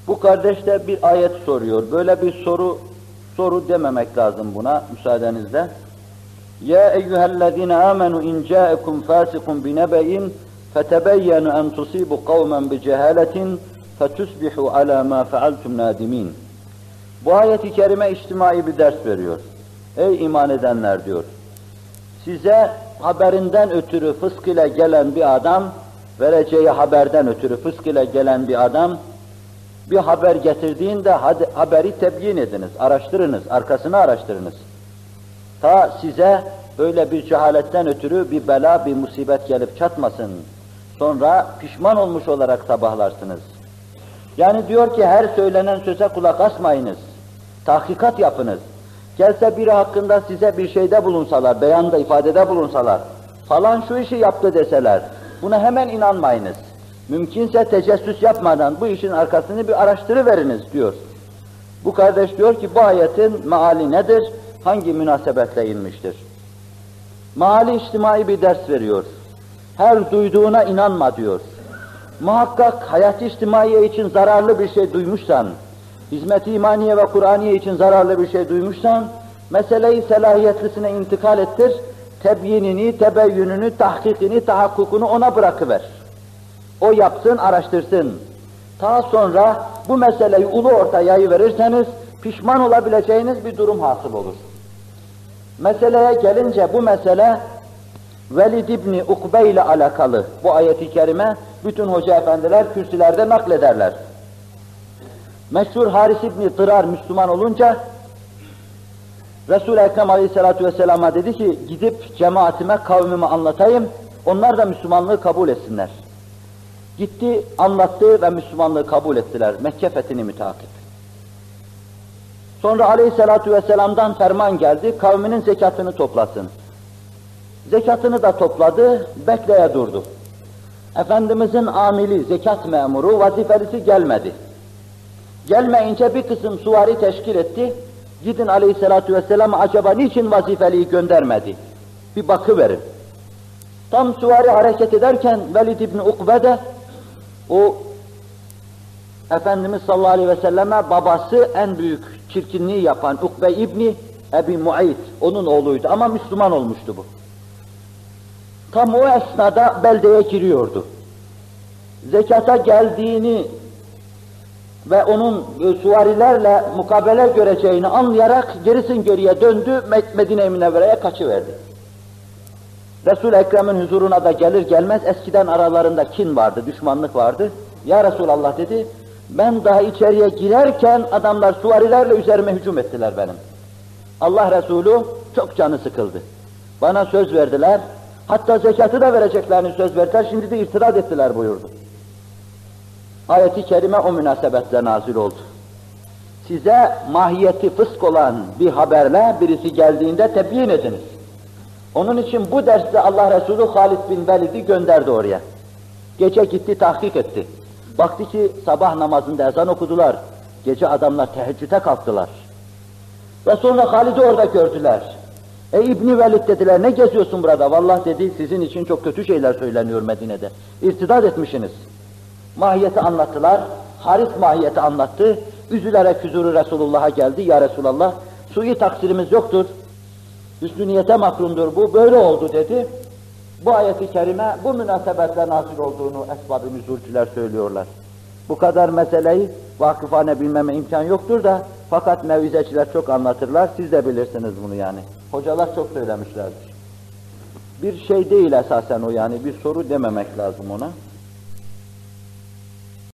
Bu kardeş de bir ayet soruyor. Böyle bir soru dememek lazım buna müsaadenizle. Ya eyyühellezine amenu in ca'ekum fasiqun binebe'in fetebeyyenu en tusibu kavmen bicehaletin fetusbihu ala ma fealtum nadimin. Bu ayet-i kerime içtimai bir ders veriyor. Ey iman edenler diyor. Size haberinden ötürü fısk ile gelen bir adam, vereceği haberden ötürü fısk ile gelen bir adam, bir haber getirdiğinde haberi tebyin ediniz, araştırınız, arkasını araştırınız. Ta size böyle bir cehaletten ötürü bir bela, bir musibet gelip çatmasın. Sonra pişman olmuş olarak sabahlarsınız. Yani diyor ki her söylenen söze kulak asmayınız. Tahkikat yapınız. Gelse biri hakkında size bir şeyde bulunsalar, beyanda, ifadede bulunsalar, falan şu işi yaptı deseler, buna hemen inanmayınız. Mümkünse tecessüs yapmadan bu işin arkasını bir araştırıveriniz diyor. Bu kardeş diyor ki bu ayetin meali nedir? Hangi münasebetle inmiştir? Meali içtimai bir ders veriyor. Her duyduğuna inanma diyor. Muhakkak hayat-ı içtimaiye için zararlı bir şey duymuşsan, hizmet-i imaniye ve Kur'aniye için zararlı bir şey duymuşsan, meseleyi selahiyetlisine intikal ettir, tebyinini, tebeyyününü, tahkikini, tahakkukunu ona bırakıver. O yapsın, araştırsın. Ta sonra bu meseleyi ulu orta yayıverirseniz, pişman olabileceğiniz bir durum hasıl olur. Meseleye gelince bu mesele, Velid İbni Ukbe ile alakalı bu ayet-i kerime, bütün hoca efendiler kürsülerde naklederler. Meşhur Haris İbni Dırar Müslüman olunca, Resul-i Ekrem Aleyhisselatü Vesselam'a dedi ki, gidip cemaatime, kavmime anlatayım, onlar da Müslümanlığı kabul etsinler. Gitti, anlattı ve Müslümanlığı kabul ettiler, Mekke fethini müteakip. Sonra Aleyhisselatü Vesselam'dan ferman geldi, kavminin zekatını toplasın. Zekatını da topladı, bekleye durdu. Efendimizin amili, zekat memuru, vazifelisi gelmedi. Gelmeyince bir kısım suvari teşkil etti. Gidin Aleyhisselatü Vesselam'a acaba niçin vazifeliyi göndermedi? Bir bakıverin. Tam suvari hareket ederken Velid İbni Ukbe de o Efendimiz sallallahu aleyhi ve selleme babası en büyük çirkinliği yapan Ukbe İbni Ebi Muayt, onun oğluydu ama Müslüman olmuştu bu. Tam o esnada beldeye giriyordu. Zekata geldiğini ve onun suvarilerle mukabele göreceğini anlayarak gerisin geriye döndü, Medine-i Münevvere'ye kaçıverdi. Resul-i Ekrem'in huzuruna da gelir gelmez eskiden aralarında kin vardı, düşmanlık vardı. Ya Resulallah dedi, ben daha içeriye girerken adamlar suvarilerle üzerime hücum ettiler benim. Allah Resulü çok canı sıkıldı. Bana söz verdiler, hatta zekatı da vereceklerini söz verdiler, şimdi de irtidat ettiler buyurdu. Ayet-i kerime o münasebetle nazil oldu. Size mahiyeti fısk olan bir haberle birisi geldiğinde tebyin ediniz. Onun için bu derste Allah Resulü Halid bin Velid'i gönderdi oraya. Gece gitti, tahkik etti. Baktı ki sabah namazında ezan okudular. Gece adamlar teheccüde kalktılar. Ve sonra Halid'i orada gördüler. Ey İbni Velid dediler, ne geziyorsun burada? Vallahi dedi, sizin için çok kötü şeyler söyleniyor Medine'de. İrtidat etmişsiniz. Mahiyeti anlattılar, Haris mahiyeti anlattı, üzülerek huzuru Resulullah'a geldi, ya Resulallah, sui taksirimiz yoktur, hüsnü niyete makrumdur bu, böyle oldu dedi. Bu ayet-i kerime, bu münasebetle nazil olduğunu esbab-ı nüzulcüler söylüyorlar. Bu kadar meseleyi vakıfane bilmeme imkan yoktur da, fakat mevizeciler çok anlatırlar, siz de bilirsiniz bunu yani. Hocalar çok söylemişlerdir. Bir şey değil esasen o yani, bir soru dememek lazım ona.